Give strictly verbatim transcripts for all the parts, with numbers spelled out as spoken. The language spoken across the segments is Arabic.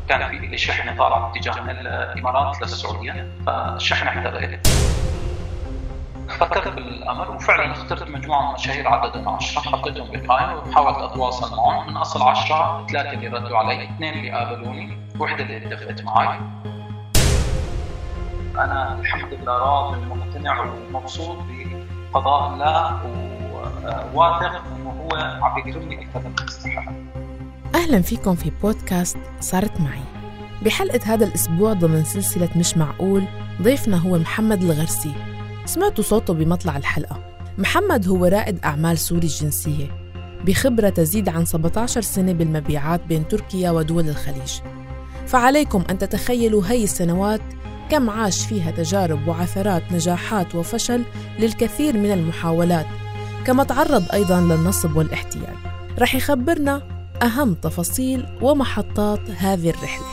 كان في لي شحنة طالعة اتجاه من الإمارات للسعودية، فالشحنة احترقت. فكرت بالأمر وفعلا اخترت مجموعة من المشاهير عددهم عشرة، حطيتهم بقائمة وحاولت أتواصل معهم. من أصل عشرة ثلاثة اللي ردوا علي، اثنين اللي قابلوني، وحدة اللي اتفقت معي. أنا الحمد لله راضي ومقتنع ومبسوط بقضاء الله، وواثق إنه هو عم يكرمني أكثر من استحق. أهلاً فيكم في بودكاست صارت معي. بحلقة هذا الأسبوع ضمن سلسلة مش معقول، ضيفنا هو محمد الغرسي. سمعتوا صوته بمطلع الحلقة. محمد هو رائد أعمال سوري الجنسية، بخبرة تزيد عن سبعة عشر سنة بالمبيعات بين تركيا ودول الخليج. فعليكم أن تتخيلوا هاي السنوات كم عاش فيها تجارب وعثرات نجاحات وفشل للكثير من المحاولات، كما تعرض أيضاً للنصب والاحتيال. رح يخبرنا أهم تفاصيل ومحطات هذه الرحلة.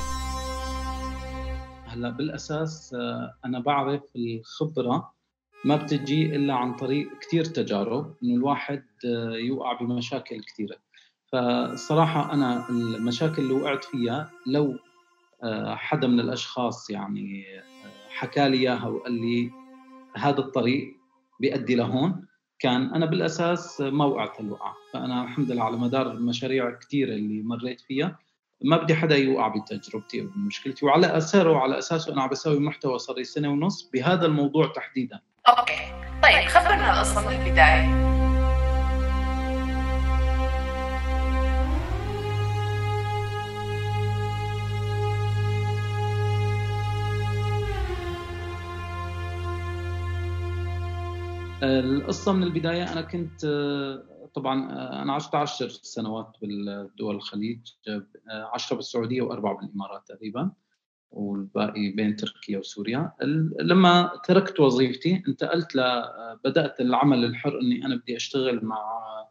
هلا بالأساس أنا بعرف الخبرة ما بتجي إلا عن طريق كتير تجارب، إنه الواحد يوقع بمشاكل كتيرة. فالصراحة أنا المشاكل اللي وقعت فيها لو حدا من الأشخاص يعني حكى لي إياها وقال لي هذا الطريق بيؤدي لهون، كان أنا بالأساس ما وقعت الوقعة. فأنا الحمد لله على مدار المشاريع كتيرة اللي مريت فيها ما بدي حدا يوقع بتجربتي أو بمشكلتي، وعلى أساسه وعلى أساسه أنا عم بسوي محتوى صار لي سنة ونص بهذا الموضوع تحديدا. أوكي طيب خبرنا القصة من البداية. القصة من البداية أنا كنت طبعاً أنا عشت عشر سنوات بالدول الخليج، عشرة بالسعودية وأربعة بالإمارات تقريباً، والباقي بين تركيا وسوريا. لما تركت وظيفتي انتقلت ل بدأت العمل الحر، إني أنا بدي أشتغل مع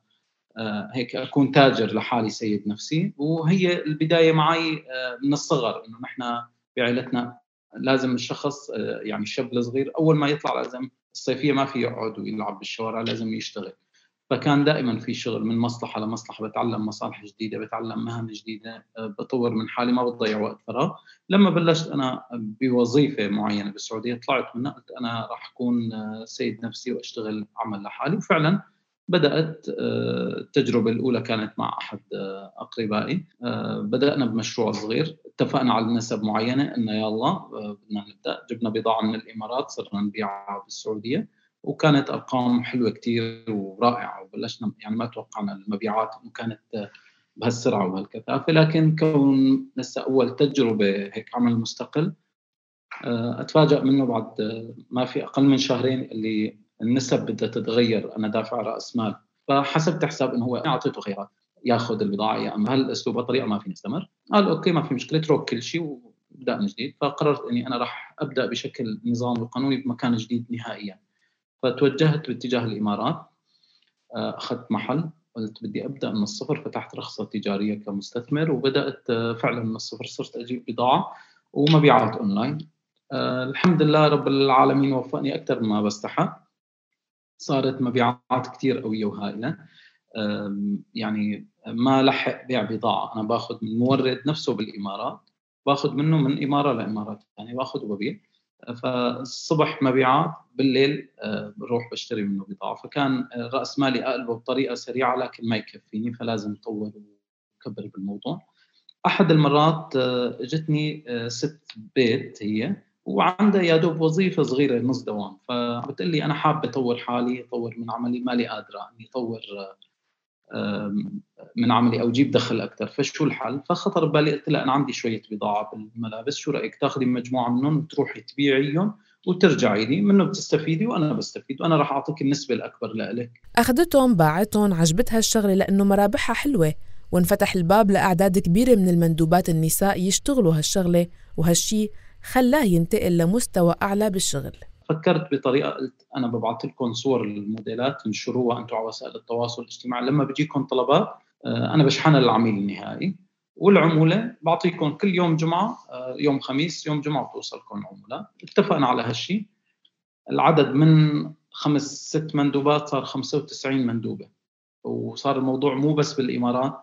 هيك أكون تاجر لحالي سيد نفسي. وهي البداية معي من الصغر، إنه نحن بعائلتنا لازم الشخص يعني الشاب الصغير أول ما يطلع لازم الصيفية ما في يقعد ويلعب بالشوارع، لازم يشتغل. فكان دائما في شغل من مصلحة لمصلحة، بتعلم مصالح جديدة، بتعلم مهن جديدة، بطور من حالي، ما بضيع وقت فراغ. لما بلشت أنا بوظيفة معينة بالسعودية طلعت منها، قلت أنا راح أكون سيد نفسي وأشتغل عمل لحالي. وفعلا بدأت التجربة الأولى كانت مع أحد أقربائي. بدأنا بمشروع صغير، اتفقنا على نسب معينة إن يلا بدنا نبدأ. جبنا بضاعة من الإمارات صرنا نبيعها بالسعودية، وكانت أرقام حلوة كتير ورائعة. وبلشنا يعني ما توقعنا المبيعات إنه كانت بهالسرعة وبهالكثافة، لكن كون لسه أول تجربة هيك عمل مستقل أتفاجأ منه بعد ما في أقل من شهرين اللي النسب بدها تتغير. أنا دافع رأس مال، فحسبت حساب إنه هو أعطيته خيارات، ياخذ البضاعة يا أما هل الأسلوب بطريقة ما في نستمر. قال أوكي ما في مشكلة، اترك كل شيء وبدأ من جديد. فقررت إني أنا راح أبدأ بشكل نظامي وقانوني بمكان جديد نهائيا. فتوجهت باتجاه الإمارات، أخذت محل، قلت بدي أبدأ من الصفر. فتحت رخصة تجارية كمستثمر وبدأت فعلا من الصفر. صرت أجيب بضاعة ومبيعات أونلاين. أه الحمد لله رب العالمين وفقني أكثر مما بستحق. صارت مبيعات كتير قوية وهائلة. أه يعني ما لحق بيع بضاعة، أنا باخذ من مورد نفسه بالإمارات، باخذ منه من إمارة لإمارات يعني، باخذ وببيع. فالصبح مبيعات، بالليل بروح بشتري منه بضاعة. فكان رأس مالي أقلبه بطريقة سريعة لكن ما يكفيني، فلازم أطور وكبر بالموضوع. أحد المرات جتني ست بيت هي وعندها يا دوب وظيفة صغيرة نص دوام، فبتقول لي أنا حابة أطور حالي، أطور من عملي، مالي قادرة أني أطور من عملي أو جيب دخل أكثر، فشو الحل؟ فخطر ببالي، قلت لها أنا عندي شوية بضاعة بالملابس، شو رأيك تاخذي مجموعة منهم وتروحي تبيعيهم وترجعي لي منه، بتستفيدي وأنا بستفيد، وأنا راح أعطيك النسبة الأكبر لإلك. أخذتهم باعتهم، عجبتها الشغلة لأنه مرابحها حلوة، وانفتح الباب لأعداد كبيرة من المندوبات النساء يشتغلوا هالشغلة، وهالشي خلاه ينتقل لمستوى أعلى بالشغل. فكرت بطريقة، قلت أنا ببعث لكم صور الموديلات تنشروها أنتم على وسائل التواصل الاجتماعي، لما بيجيكم طلبات أنا بشحنها للعميل النهائي، والعمولة بعطيكم كل يوم جمعة، يوم خميس يوم جمعة بتوصلكم عمولة. اتفقنا على هالشي. العدد من خمس ست مندوبات صار خمسة وتسعين مندوبة، وصار الموضوع مو بس بالإمارات،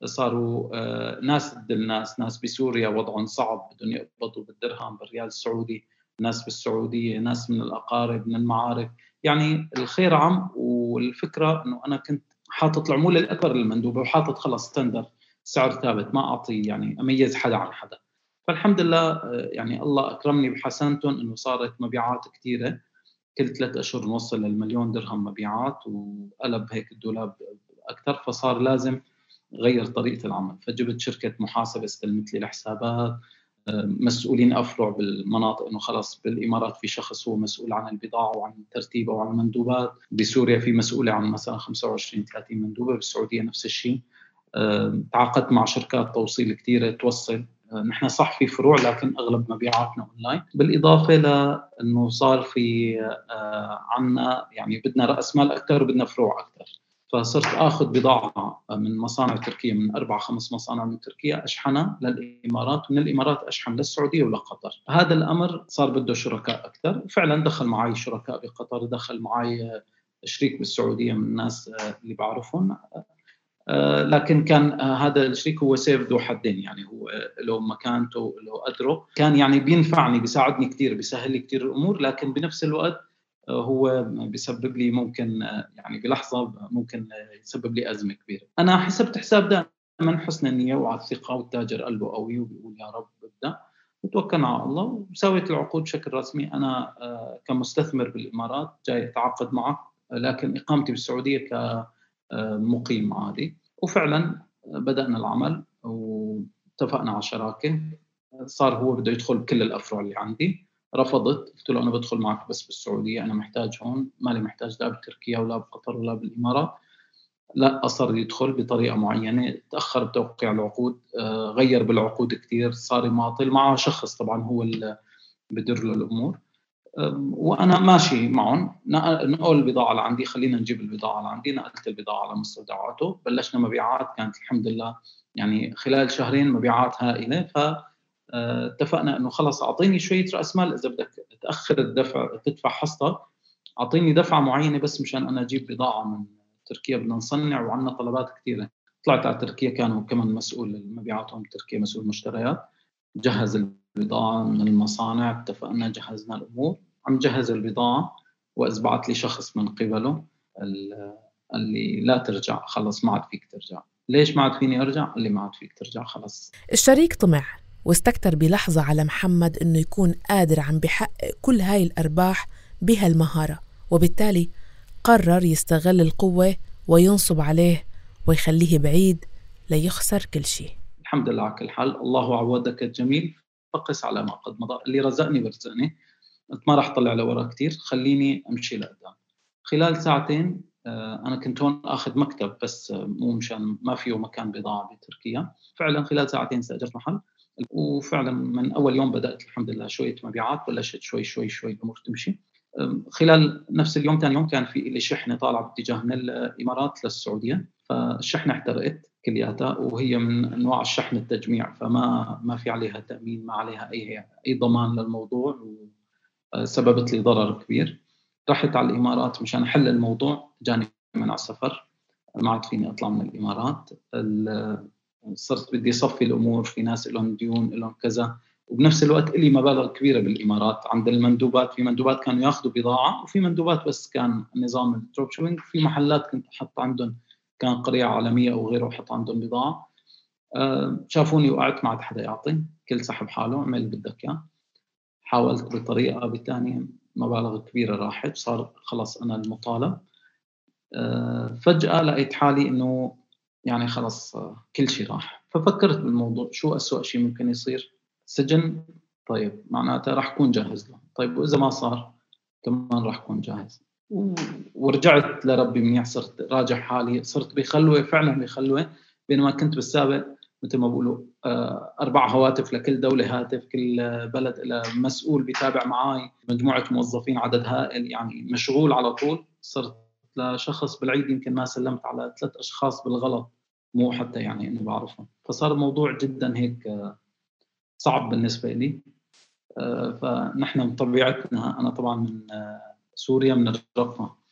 صاروا آه ناس ضد الناس، ناس بسوريا وضعهم صعب بدهم يقبضوا بالدرهم بالريال السعودي، ناس بالسعودية، ناس من الأقارب من المعارف، يعني الخير عم. والفكرة إنه أنا كنت حاطط العمولة الأكبر للمندوبة وحاطط خلص ستاندر سعر ثابت، ما أعطي يعني أميز حدا عن حدا. فالحمد لله يعني الله أكرمني بحسنتهم إنه صارت مبيعات كثيرة، كل ثلاث أشهر نوصل للمليون درهم مبيعات، وقلب هيك الدولاب أكثر، فصار لازم غير طريقة العمل. فجبت شركة محاسبة استلمت لي الحسابات، مسؤولين أفرع بالمناطق، إنه خلاص بالإمارات في شخص هو مسؤول عن البضاعة وعن ترتيبها وعن المندوبات، بسوريا في مسؤولة عن مثلا خمسة وعشرين ثلاثين مندوبة، بالسعودية نفس الشيء. تعاقدت مع شركات توصيل كثيرة توصل، نحن صح في فروع لكن أغلب مبيعاتنا أونلاين، بالإضافة لأنه صار في عنا يعني بدنا رأس مال أكثر وبدنا فروع أكثر، فصرت آخذ بضاعة من مصانع تركيا، من أربع خمس مصانع من تركيا أشحنها للإمارات، ومن الإمارات أشحن للسعودية ولقطر. هذا الأمر صار بده شركاء أكثر، وفعلا دخل معي شركاء بقطر، دخل معي شريك بالسعودية من الناس اللي بعرفهم، لكن كان هذا الشريك هو سيف ذو حدين، يعني هو له مكانته له قدره، كان يعني بينفعني بيساعدني كثير بيسهل لي كثير الأمور، لكن بنفس الوقت هو بيسبب لي ممكن يعني بلحظة ممكن يسبب لي أزمة كبيرة. أنا حسبت حساب دائما حسن النية وعلى الثقة، والتاجر قلبه قوي وبيقول يا رب ببدأ، وتوكلنا على الله وسويت العقود بشكل رسمي. أنا كمستثمر بالإمارات جاي أتعاقد معك، لكن إقامتي بالسعودية كمقيم عادي. وفعلا بدأنا العمل واتفقنا على شراكة، صار هو بده يدخل بكل الأفرع اللي عندي، رفضت، قلت له أنا بدخل معك بس بالسعودية، أنا محتاج هون، مالي محتاج لا بتركيا ولا بقطر ولا بالإمارات. لا، أصر يدخل بطريقة معينة، تأخر بتوقيع العقود، غير بالعقود كتير، صار يماطل مع شخص طبعا هو اللي بدر له الأمور، وأنا ماشي معهم. نقل البضاعة اللي عندي، خلينا نجيب البضاعة اللي عندي، نقلت البضاعة على مستودعاته، بلشنا مبيعات كانت الحمد لله يعني خلال شهرين مبيعات هائلة. ف اتفقنا انه خلص اعطيني شويه راس مال، اذا بدك تاخر الدفع تدفع حصتك، اعطيني دفعه معينه بس مشان انا اجيب بضاعه من تركيا، بدنا نصنع وعندنا طلبات كثيره. طلعت على تركيا، كانوا كمان مسؤول المبيعات هم تركيا، مسؤول المشتريات، جهز البضاعه من المصانع، اتفقنا جهزنا الامور، عم جهز البضاعه، واذ بعث لي شخص من قبله اللي لا ترجع، خلص ما عاد فيك ترجع. ليش ما عاد فيني ارجع؟ قال لي ما عاد فيك ترجع خلص. الشريك طمع واستكتر بلحظة على محمد إنه يكون قادر عم بيحقق كل هاي الأرباح بهالمهارة، وبالتالي قرر يستغل القوة وينصب عليه ويخليه بعيد ليخسر كل شيء. الحمد لله على كل حال، الله عودك الجميل فقس على ما قد مضى، اللي رزقني برزقني، قلت ما راح طلع لورا كتير، خليني أمشي لقدام. خلال ساعتين أنا كنت هون أخذ مكتب بس مو مشان ما فيه مكان بضاعة بتركيا، فعلا خلال ساعتين استأجرت محل، وفعلا من أول يوم بدأت الحمد لله شوية مبيعات، بلشت شوي شوي شوي الأمور تمشي. خلال نفس اليوم ثاني يوم كان في لي شحنة طالعة باتجاه من الإمارات للسعودية، فالشحنة احترقت كلياتها، وهي من أنواع الشحن التجميع، فما ما في عليها تأمين، ما عليها أي أي ضمان للموضوع، وسببت لي ضرر كبير. رحت على الإمارات مشان أحل الموضوع، جاني منع سفر، ما عاد فيني أطلع من الإمارات، صرت بدي صفي الأمور، في ناس لهم ديون لهم كذا، وبنفس الوقت إلي مبالغ كبيرة بالإمارات عند المندوبات، في مندوبات كانوا ياخذوا بضاعة، وفي مندوبات بس كان نظام الدروب شوبينج، في محلات كنت أحط عندهم، كان قرية عالمية أو غيره أحط عندهم بضاعة، أه شافوني وقعت ما عاد حدا يعطي، كل سحب حاله، عمل بدك إياه. حاولت بطريقة بالثانية، مبالغ كبيرة راحت، صار خلص أنا المطالب. أه فجأة لقيت حالي إنه يعني خلص كل شيء راح، ففكرت بالموضوع، شو أسوأ شيء ممكن يصير؟ سجن؟ طيب معناته راح أكون جاهز له، طيب وإذا ما صار كمان راح أكون جاهز. ورجعت لربي منيح، صرت راجع حالي، صرت بخلوة، فعلا بخلوة، بينما كنت بالسابق مثل ما بقولوا أربع هواتف لكل دولة هاتف، كل بلد إلى مسؤول بيتابع معاي، مجموعة موظفين عدد هائل، يعني مشغول على طول. صرت لشخص بالعيد يمكن ما سلمت على ثلاث أشخاص بالغلط، مو حتى يعني إنه بعرفهم، فصار الموضوع جدا هيك صعب بالنسبة لي. فنحن بطبيعتنا، أنا طبعا من سوريا من الرقة،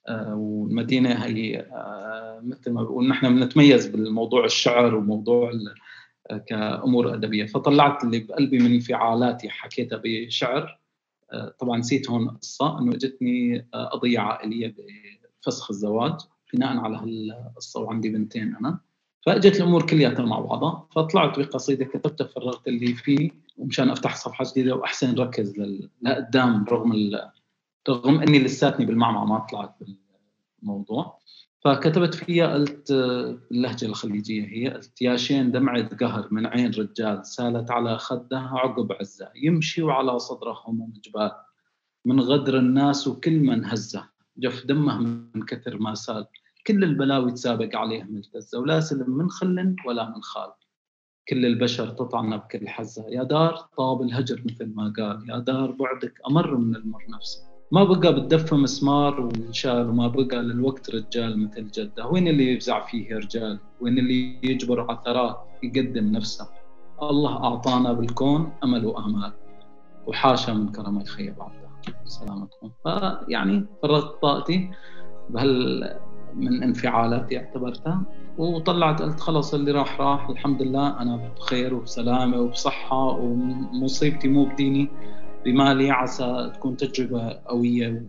والمدينة هي مثل ما بقول نحن بنتميز بالموضوع الشعر وموضوع كأمور أدبية. فطلعت اللي بقلبي من انفعالاتي حكيتها بشعر. طبعا نسيت هون قصة إنه اجتني قضية عائلية بفسخ الزواج بناء على هالقصة، وعندي بنتين أنا، فأجت الأمور كلياتها مع بعضها. فطلعت بقصيدة كتبتها فرغت اللي فيه ومشان أفتح صفحة جديدة وأحسن ركز لقدام، رغم ال... رغم أني لساتني بالمعمعة ما طلعت بالموضوع. فكتبت فيها قلت باللهجة الخليجية، هي قلت: يا شين دمعة قهر من عين رجال سالت على خدها عقب عزة، يمشي وعلى صدره هموم جبال، من غدر الناس وكل من هزه جف دمه من كثر ما سال، كل البلاوي تسابق عليه ملتزة، ولا سلم من خل ولا من خال، كل البشر تطعن بكل حزة، يا دار طاب الهجر مثل ما قال، يا دار بعدك أمر من المر نفسه، ما بقى بالدفة مسمار وانشال، وما بقى للوقت رجال مثل جده، وين اللي يفزع فيه رجال، وين اللي يجبر عثرات يقدم نفسه، الله أعطانا بالكون أمل وأمال، وحاشا من كرم يخيب عبده. سلامتكم. فيعني فرغت طاقتي بهال من انفعالاتي اعتبرتها، وطلعت قلت خلص اللي راح راح، الحمد لله أنا بخير وبسلامة وبصحة، ومصيبتي مو بديني بمالي، عسى تكون تجربة قوية.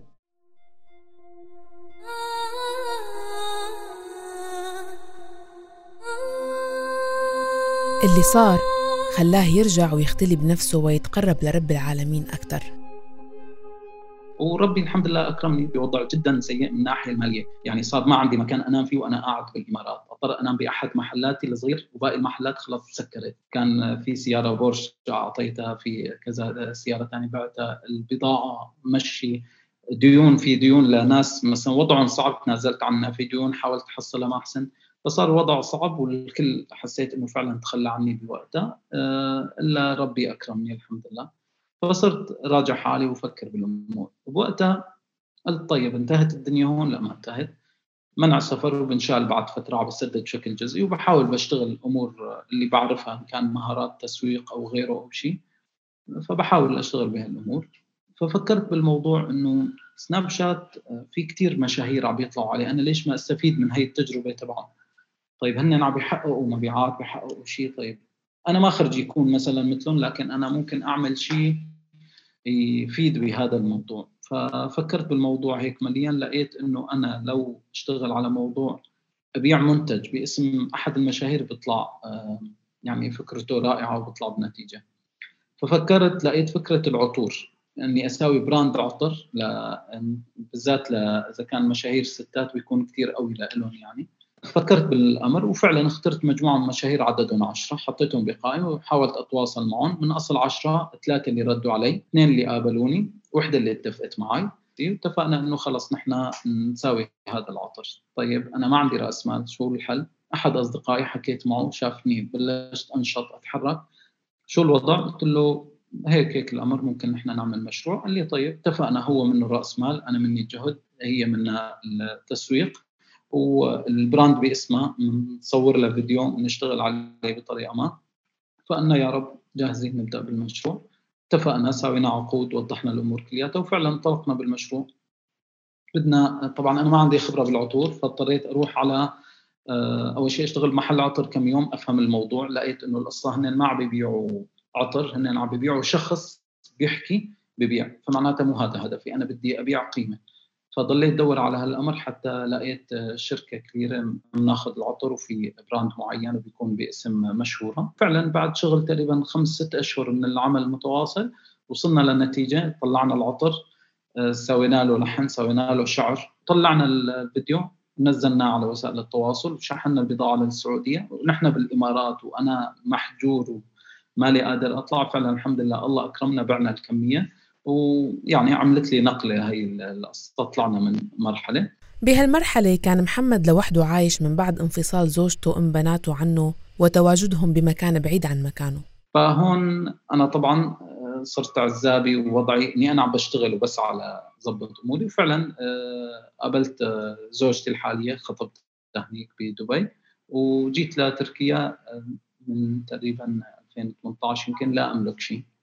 اللي صار خلاه يرجع ويختلي بنفسه ويتقرب لرب العالمين أكتر. وربي الحمد لله أكرمني بوضع جدا سيء من الناحية المالية، يعني صار ما عندي مكان أنام فيه وأنا قاعد بالإمارات، أضطر أنام بأحد محلاتي الصغير وباقي المحلات خلاص سكرت. كان في سيارة بورش أعطيتها، في كذا سيارة تانية بعتها، البضاعة مشي، ديون في ديون لناس مثلا وضعهم صعب تنازلت عنها، في ديون حاولت أحصلها ما أحسن، فصار وضع صعب والكل حسيت إنه فعلا تخلى عني بوقتها، إلا ربي أكرمني الحمد لله. فصرت راجع حالي وفكر بالأمور، وبوقتها قلت طيب انتهت الدنيا هون؟ لا ما انتهت، منع سفر وبنشال بعد فترة عم بسدد بشكل جزئي، وبحاول بشتغل أمور اللي بعرفها إن كان مهارات تسويق أو غيره أو شيء، فبحاول أشتغل بهالأمور. ففكرت بالموضوع إنه سناب شات في كتير مشاهير عم بيطلعوا عليه، أنا ليش ما أستفيد من هاي التجربة تبعهم؟ طيب هن عم بيحققوا مبيعات، بيحققوا شيء، طيب أنا ما خرج يكون مثلا مثلهم، لكن أنا ممكن أعمل شيء يفيد بهذا الموضوع. ففكرت بالموضوع هيك مليا، لقيت إنه أنا لو اشتغل على موضوع أبيع منتج باسم أحد المشاهير بيطلع يعني فكرته رائعة وبيطلع بنتيجة. ففكرت لقيت فكرة العطور، أني أساوي براند عطر بالذات إذا كان مشاهير ستات بيكون كتير قوي لهم يعني. فكرت بالأمر وفعلا اخترت مجموعة من مشاهير عددهم عشرة، حطيتهم بقائمة وحاولت أتواصل معهم. من أصل عشرة ثلاثة اللي ردوا علي، اثنين اللي قابلوني، وحدة اللي اتفقت معي، واتفقنا إنه خلص نحن نساوي هذا العطر. طيب أنا ما عندي رأس مال، شو الحل؟ أحد أصدقائي حكيت معه، شافني بلشت أنشط أتحرك، شو الوضع؟ قلت له هيك هيك الأمر، ممكن نحن نعمل مشروع. قال لي طيب. اتفقنا، هو منه رأس مال، أنا مني الجهد، هي منها التسويق، والبراند باسمه نصور له فيديو ونشتغل عليه بطريقة ما. فقلنا يا رب جاهزين نبدأ بالمشروع. اتفقنا، سوينا عقود، وضحنا الأمور كلياتها، وفعلا انطلقنا بالمشروع. بدنا طبعا أنا ما عندي خبرة بالعطور، فاضطريت أروح على أول شيء أشتغل محل عطر كم يوم أفهم الموضوع. لقيت إنه القصة هن ما عم بيبيعوا عطر، هن عم بيبيعوا شخص بيحكي ببيع، فمعناتها مو هذا هدفي، أنا بدي أبيع قيمة. فضليت أدور على هالأمر حتى لقيت شركة كبيرة بناخذ العطر وفي براند معين وبيكون باسم مشهورة. فعلا بعد شغل تقريبا خمس ست أشهر من العمل المتواصل وصلنا للنتيجة. طلعنا العطر، سوينا له لحن، سوينا له شعر، طلعنا الفيديو، نزلناه على وسائل التواصل، وشحنا البضاعة للسعودية، ونحن بالإمارات وأنا محجور وما لي قادر أطلع. فعلا الحمد لله الله أكرمنا، بعنا الكمية، ويعني عملت لي نقلة هاي القصة، طلعنا من مرحلة. بهالمرحلة كان محمد لوحده عايش من بعد انفصال زوجته وأم بناته عنه وتواجدهم بمكان بعيد عن مكانه. فهون أنا طبعا صرت عزابي ووضعي إني أنا عم بشتغل وبس على ضبط أموري. وفعلا قابلت زوجتي الحالية، خطبت هنيك بدبي، وجيت لتركيا من تقريبا ألفين وثمانية عشر، يمكن لا أملك شيء.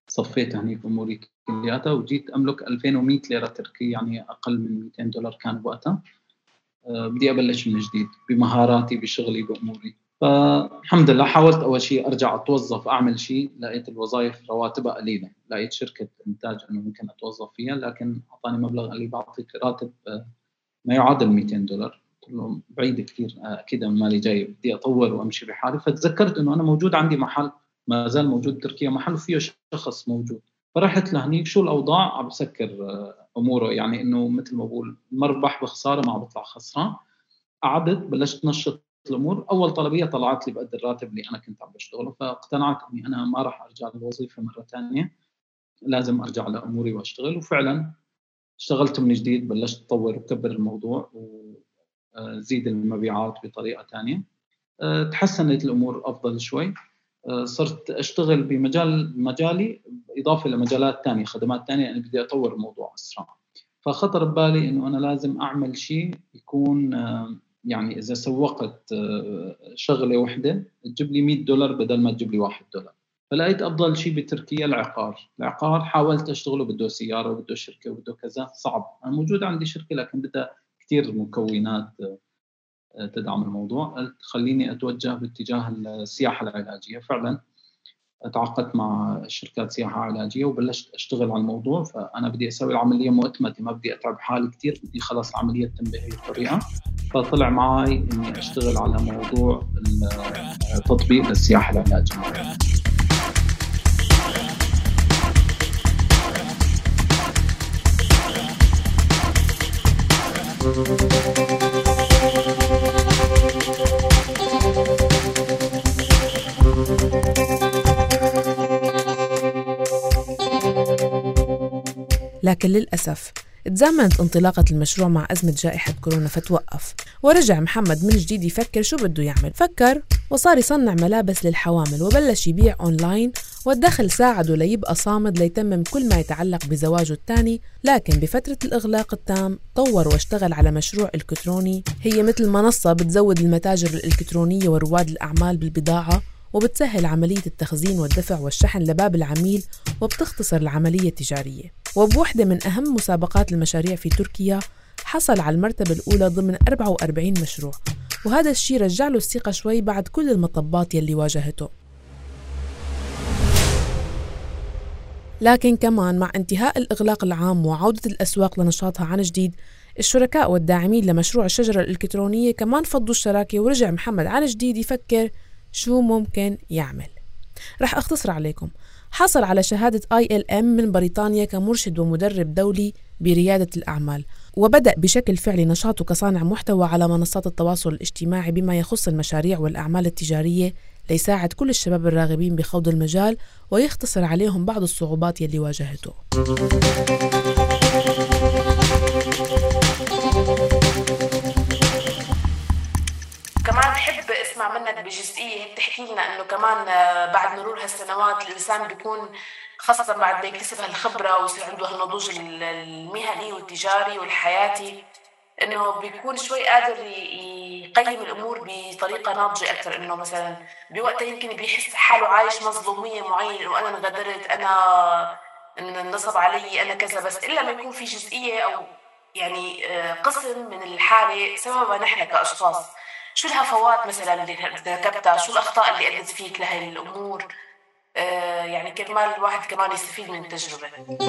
صفيت هني في أموري كلياتها وجيت أملك ألفين ومئة ليرة تركية، يعني أقل من مئتين دولار كان بوقتها. أه بدي أبلش من جديد بمهاراتي بشغلي بأموري. فالحمد لله حاولت أول شيء أرجع أتوظف أعمل شيء، لقيت الوظائف رواتبها قليلة، لقيت شركة إنتاج أنه ممكن أتوظف فيها، لكن أعطاني مبلغ قال لي بعطيك راتب ما يعادل مئتين دولار. قلت له بعيد كثير، أكيد مالي جاي، بدي أطور وأمشي بحالي. فتذكرت أنه أنا موجود عندي محل، ما زال موجود تركيا، محل فيه شخص موجود. فرحت لهنيك، شو الأوضاع، عم بسكر أموره، يعني إنه مثل ما بقول مربح بخسارة، ما عم بطلع خسران. قعدت بلشت نشط الأمور. أول طلبية طلعت لي بقد الراتب اللي أنا كنت عم بشتغله، فاقتنعت إني أنا ما راح أرجع للوظيفة مرة ثانية، لازم أرجع لأموري وأشتغل. وفعلا اشتغلت من جديد، بلشت أطور وكبر الموضوع وزيد المبيعات بطريقة ثانية. تحسنت الأمور أفضل شوي. صرت أشتغل بمجال مجالي إضافة لمجالات تانية، خدمات تانية، أنا بدي أطور الموضوع أسرع. فخطر ببالي إنه أنا لازم أعمل شيء يكون يعني إذا سوقت شغلة واحدة تجيب لي مئة دولار بدل ما تجيب لي واحد دولار. فلقيت أفضل شيء بتركيا العقار. العقار حاولت أشتغله، بده سيارة وبده شركة وبده كذا، صعب. أنا موجود عندي شركة لكن بدها كتير مكونات تدعم الموضوع. قلت خليني أتوجه باتجاه السياحة العلاجية. فعلا تعاقدت مع شركات سياحة علاجية وبلشت أشتغل على الموضوع. فأنا بدي أسوي العملية مؤتمتة، ما بدي أتعب حالي كتير، بدي خلص العملية تتم بهي الطريقة. فطلع معي إني أشتغل على موضوع التطبيق للسياحة العلاجية. لكن للأسف تزامنت انطلاقة المشروع مع أزمة جائحة كورونا فتوقف، ورجع محمد من جديد يفكر شو بده يعمل. فكر وصار يصنع ملابس للحوامل وبلش يبيع أونلاين، والدخل ساعده ليبقى صامد ليتمم كل ما يتعلق بزواجه الثاني. لكن بفترة الإغلاق التام طور واشتغل على مشروع إلكتروني، هي مثل منصة بتزود المتاجر الإلكترونية ورواد الأعمال بالبضاعة، وبتسهل عملية التخزين والدفع والشحن لباب العميل، وبتختصر العملية التجارية. وبوحدة من أهم مسابقات المشاريع في تركيا حصل على المرتبة الأولى ضمن أربعة وأربعين مشروع، وهذا الشيء رجع له الثقة شوي بعد كل المطبات يلي واجهته. لكن كمان مع انتهاء الإغلاق العام وعودة الأسواق لنشاطها عن جديد، الشركاء والداعمين لمشروع الشجرة الإلكترونية كمان فضوا الشراكة، ورجع محمد عن جديد يفكر شو ممكن يعمل. رح أختصر عليكم. حصل على شهادة آي إل إم من بريطانيا كمرشد ومدرب دولي بريادة الأعمال، وبدأ بشكل فعلي نشاطه كصانع محتوى على منصات التواصل الاجتماعي بما يخص المشاريع والأعمال التجارية، ليساعد كل الشباب الراغبين بخوض المجال ويختصر عليهم بعض الصعوبات يلي واجهته. كمان بحب اسمع منك بجزئية تحكي لنا انه كمان بعد مرور هالسنوات الانسان بيكون خاصة بعد ما يكتسب هالخبرة ويصير عنده هالنضوج المهني والتجاري والحياتي، انه بيكون شوي قادر يقيم الامور بطريقة ناضجة اكثر. انه مثلا بوقتها يمكن بيحس حاله عايش مظلومية معينة، انه انا انغدرت، انا اننصب علي، انا كذا. بس الا ما يكون في جزئية او يعني قسم من الحالة سببها نحن كأشخاص. شو الهفوات مثلا اللي ارتكبتها، شو الأخطاء اللي أدت فيك لهي الأمور، آه يعني كرمال الواحد كمان يستفيد من التجربة.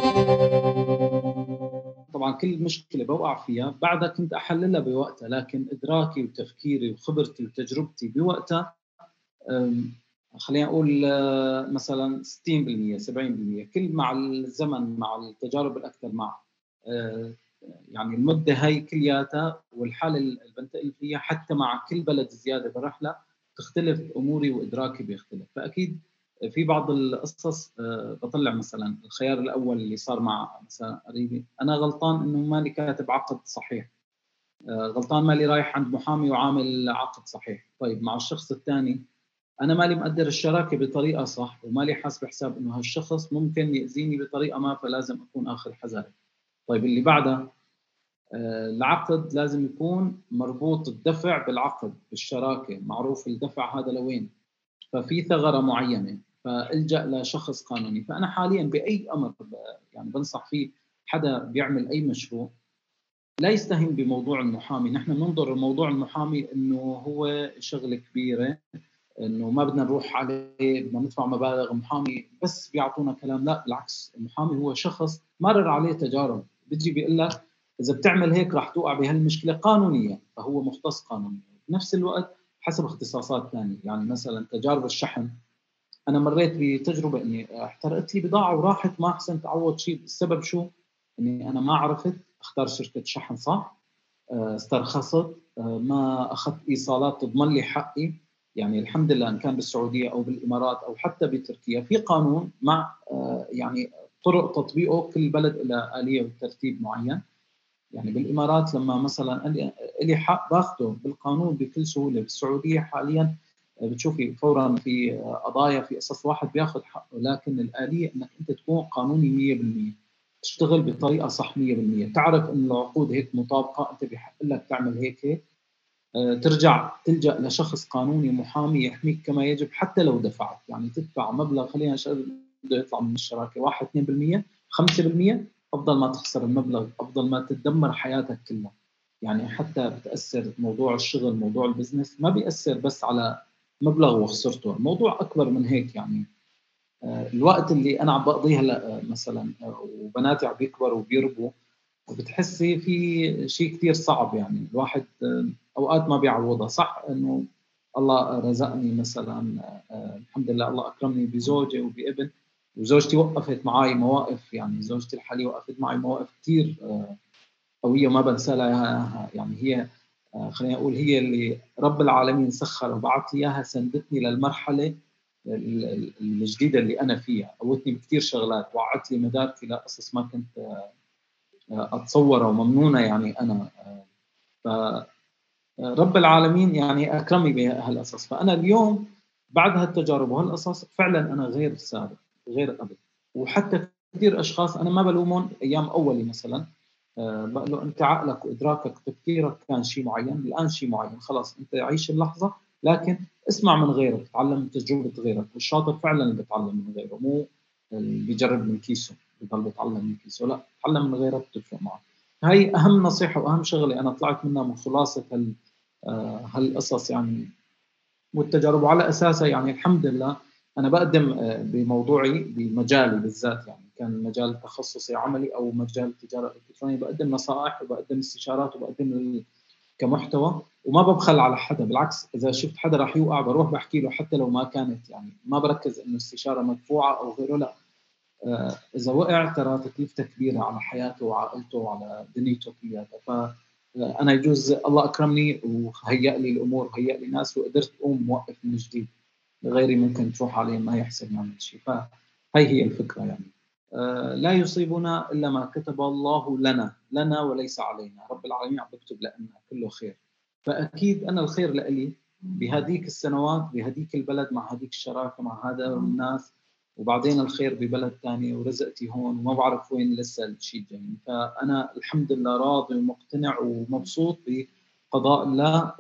طبعا كل مشكلة بوقع فيها بعدها كنت أحللها بوقتها، لكن إدراكي وتفكيري وخبرتي وتجربتي بوقتها خلينا أقول مثلا ستين بالمئة سبعين بالمئة. كل مع الزمن مع التجارب الأكثر مع يعني المدة هاي كلياتها والحالة اللي بنتقل فيها، حتى مع كل بلد زيادة برحلة تختلف أموري وإدراكي بيختلف. فأكيد في بعض القصص بطلع مثلا الخيار الأول اللي صار مع مثلا قريبي، أنا غلطان إنه مالي كاتب عقد صحيح، غلطان مالي رايح عند محامي وعامل عقد صحيح. طيب مع الشخص الثاني أنا مالي مقدر الشراكة بطريقة صح، ومالي حاسب حساب إنه هالشخص ممكن يأذيني بطريقة ما، فلازم أكون آخر حذر. طيب اللي بعدها العقد لازم يكون مربوط الدفع بالعقد بالشراكة، معروف الدفع هذا لوين، ففي ثغرة معينة. فالجأ لشخص قانوني. فانا حاليا باي امر يعني بنصح فيه حدا بيعمل اي مشروع لا يستهين بموضوع المحامي. نحن ننظر الموضوع المحامي انه هو شغله كبيره، انه ما بدنا نروح عليه، بدنا ندفع مبالغ. محامي بس بيعطونا كلام، لا بالعكس، المحامي هو شخص مرر عليه تجارب، بيجي بيقول لك اذا بتعمل هيك راح توقع بهالمشكله قانونيا، فهو مختص قانونيا. بنفس الوقت حسب اختصاصات ثانيه، يعني مثلا تجارب الشحن، انا مريت بتجربه اني احترقت لي بضاعه وراحت ما احسنت اعوض شيء. السبب شو؟ اني انا ما عرفت اختار شركه شحن صح، استرخصت، ما اخذت ايصالات تضمن لي حقي. يعني الحمد لله ان كان بالسعوديه او بالامارات او حتى بتركيا في قانون مع يعني طرق تطبيقه، كل بلد له آلية وترتيب معين. يعني بالامارات لما مثلا لي حق باخذه بالقانون بكل سهوله. بالسعوديه حاليا بتشوفي فورا في قضايا في قصص واحد بياخذ حقه، لكن الآلية انك انت تكون قانوني مية بالمية، تشتغل بطريقه صح مية بالمية، تعرف ان العقود هيك مطابقه، انت بحق لك تعمل هيك هيك، ترجع تلجأ لشخص قانوني محامي يحميك كما يجب. حتى لو دفعت يعني تدفع مبلغ، خلينا نشغل بده يطلع من الشراكه واحد اثنين بالمية خمسة بالمية، افضل ما تخسر المبلغ، افضل ما تدمر حياتك كلها. يعني حتى بتاثر موضوع الشغل، موضوع البزنس ما بيأثر بس على مبلغ وخسرته، الموضوع اكبر من هيك. يعني الوقت اللي انا عم بقضيه هلا مثلا وبناتي عم بيكبروا وبيربوا، وبتحسي في شيء كثير صعب. يعني الواحد اوقات ما بيعوضها. صح انه الله رزقني مثلا، الحمد لله الله اكرمني بزوجه وبابن، وزوجتي وقفت معي مواقف، يعني زوجتي الحاليه وقفت معي مواقف كثير قويه ما بنسى لها. يعني هي خلينا اقول هي اللي رب العالمين سخر وبعث لي اياها، سندتني للمرحله الجديده اللي انا فيها، قوتني بكثير شغلات، وعت لي مداركي لقصص ما كنت اتصورها وممنونه. يعني انا فرب العالمين يعني اكرمني بهالقصص. فانا اليوم بعد هالتجارب وهالقصص فعلا انا غير سابق، غير قبل. وحتى كثير اشخاص انا ما بلومهم، ايام اولي مثلا بقول له انت عقلك وادراكك وتفكيرك كان شيء معين، الان شيء معين، خلاص انت عيش اللحظه، لكن اسمع من غيرك، تعلم من تجربه غيرك. والشاطر فعلا اللي بيتعلم من غيره، مو اللي بيجرب من كيسه بضل بيتعلم من كيسه، لا، تعلم من غيرك بتفرق معك. هاي اهم نصيحه واهم شغله انا طلعت منها من خلاصه هال هالقصص يعني والتجارب. وعلى اساسها يعني الحمد لله انا بقدم بموضوعي بمجالي بالذات، يعني كان مجال تخصصي عملي او مجال التجاره الالكترونيه، بقدم نصائح وبقدم استشارات وبقدم كمحتوى، وما ببخل على حدا. بالعكس اذا شفت حدا راح يوقع بروح بحكي له، حتى لو ما كانت يعني ما بركز انه استشاره مدفوعه او غيره، لا، اذا وقع ترى تكلفته كبيره على حياته وعائلته وعلى دنيته كلياتها. فانا يجوز الله اكرمني وهيأ لي الامور وهيأ لي ناس وقدرت اقوم موقف من جديد، غيري ممكن تروح عليه ما يحسن يعمل شيء. فهي هي الفكره. يعني أه لا يصيبنا الا ما كتب الله لنا لنا وليس علينا. رب العالمين عم بكتب لنا كله خير، فاكيد انا الخير لإلي بهذيك السنوات بهذيك البلد مع هذيك الشراكه مع هذا الناس، وبعدين الخير ببلد ثاني ورزقتي هون وما بعرف وين لسه الشيء جاي. فانا الحمد لله راضي ومقتنع ومبسوط بقضاء الله،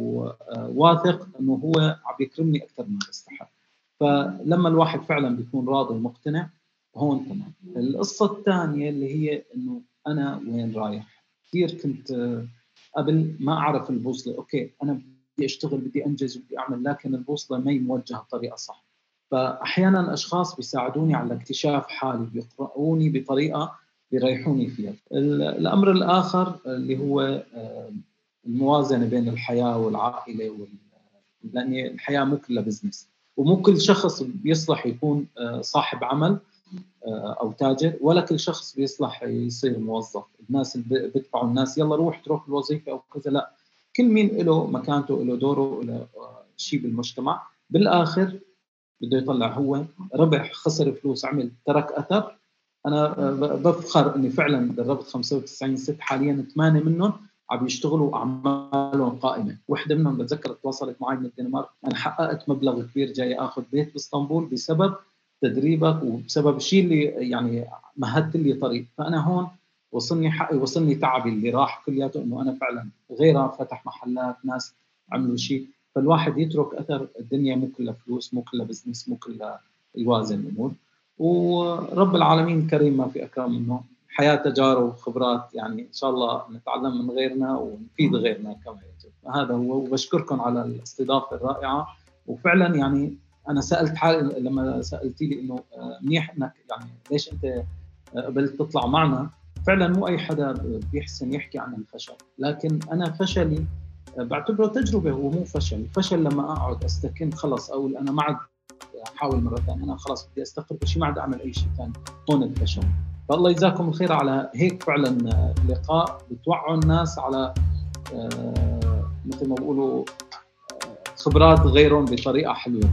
وواثق انه هو عم يكرمني اكثر من بستحق. فلما الواحد فعلا بيكون راضي ومقتنع هون تمام. القصه الثانيه اللي هي انه انا وين رايح، كثير كنت قبل ما اعرف البوصله. اوكي انا بدي اشتغل بدي انجز بدي اعمل، لكن البوصله ما هي موجهه بطريقه صح. فاحيانا اشخاص بيساعدوني على اكتشاف حالي، بيقرؤوني بطريقه بيريحوني فيها. الامر الاخر اللي هو الموازنه بين الحياه والعائله وال... لان الحياه مو كلها بزنس، ومو كل شخص بيصلح يكون صاحب عمل او تاجر، ولا كل شخص بيصلح يصير موظف. الناس اللي بيدفعوا الناس يلا روح تروح الوظيفه او كذا، لا، كل مين له مكانته، له دوره، له شيء بالمجتمع. بالاخر بده يطلع هو ربح، خسر فلوس، عمل، ترك اثر. انا بفخر اني فعلا دربت خمسة وتسعين ست، حاليا ثمانيه منهم عم يشتغلوا اعمالهم قائمه. وحده منهم بتذكر تواصلت معي من الدنمارك، انا حققت مبلغ كبير جاي اخذ بيت باسطنبول بسبب تدريبك وبسبب الشيء اللي يعني مهدت لي طريق. فانا هون وصلني حقي، وصلني تعبي اللي راح كلياته، انه انا فعلا غيرها فتح محلات، ناس عملوا شيء. فالواحد يترك اثر. الدنيا مو كلها فلوس، مو كلها بزنس، مو كلها يوازن الأمور. ورب العالمين كريم ما في أكرم منه، حياة تجارب وخبرات، يعني إن شاء الله نتعلم من غيرنا ونفيد غيرنا كما يجب. هذا هو، وبشكركم على الاستضافة الرائعة. وفعلا يعني أنا سألت حالي لما سألتي لي إنه منيح إنك يعني ليش أنت قبلت تطلع معنا. فعلا مو أي حدا بيحسن يحكي عن الفشل، لكن أنا فشلي بعتبره تجربة، هو مو فشل. الفشل لما أقعد أستكن خلص أقول أنا ما عاد أحاول مرة ثانية، أنا خلاص بدي أستقر بشيء، ما عاد أعمل أي شيء ثاني، هون الفشل. فالله يجزاكم الخير على هيك فعلا لقاء بتوعوا الناس على مثل ما بقولوا خبرات غيرهم بطريقة حلوة.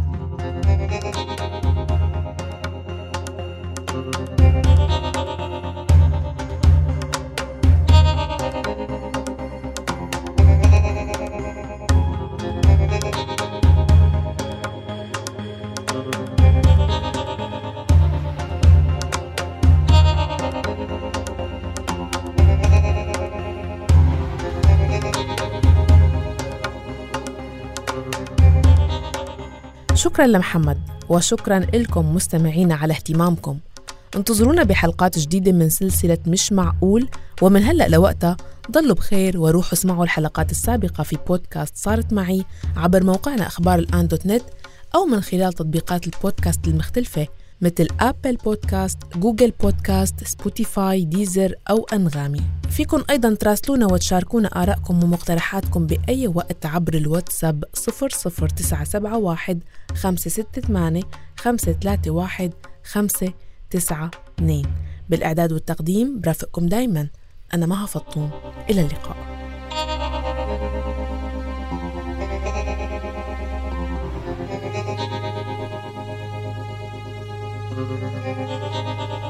شكراً لمحمد، وشكراً لكم مستمعينا على اهتمامكم. انتظرونا بحلقات جديدة من سلسلة مش معقول، ومن هلأ لوقتها ضلوا بخير وروحوا اسمعوا الحلقات السابقة في بودكاست صارت معي عبر موقعنا أخبار الآن دوت نت، أو من خلال تطبيقات البودكاست المختلفة مثل أبل بودكاست، جوجل بودكاست، سبوتيفاي، ديزر أو أنغامي. فيكن أيضاً تراسلونا وتشاركونا آراءكم ومقترحاتكم بأي وقت عبر الواتساب صفر صفر تسعة سبعة واحد خمسة ستة ثمانية خمسة ثلاثة واحد خمسة تسعة اثنين. بالإعداد والتقديم برافقكم دايماً أنا مها فطوم. إلى اللقاء.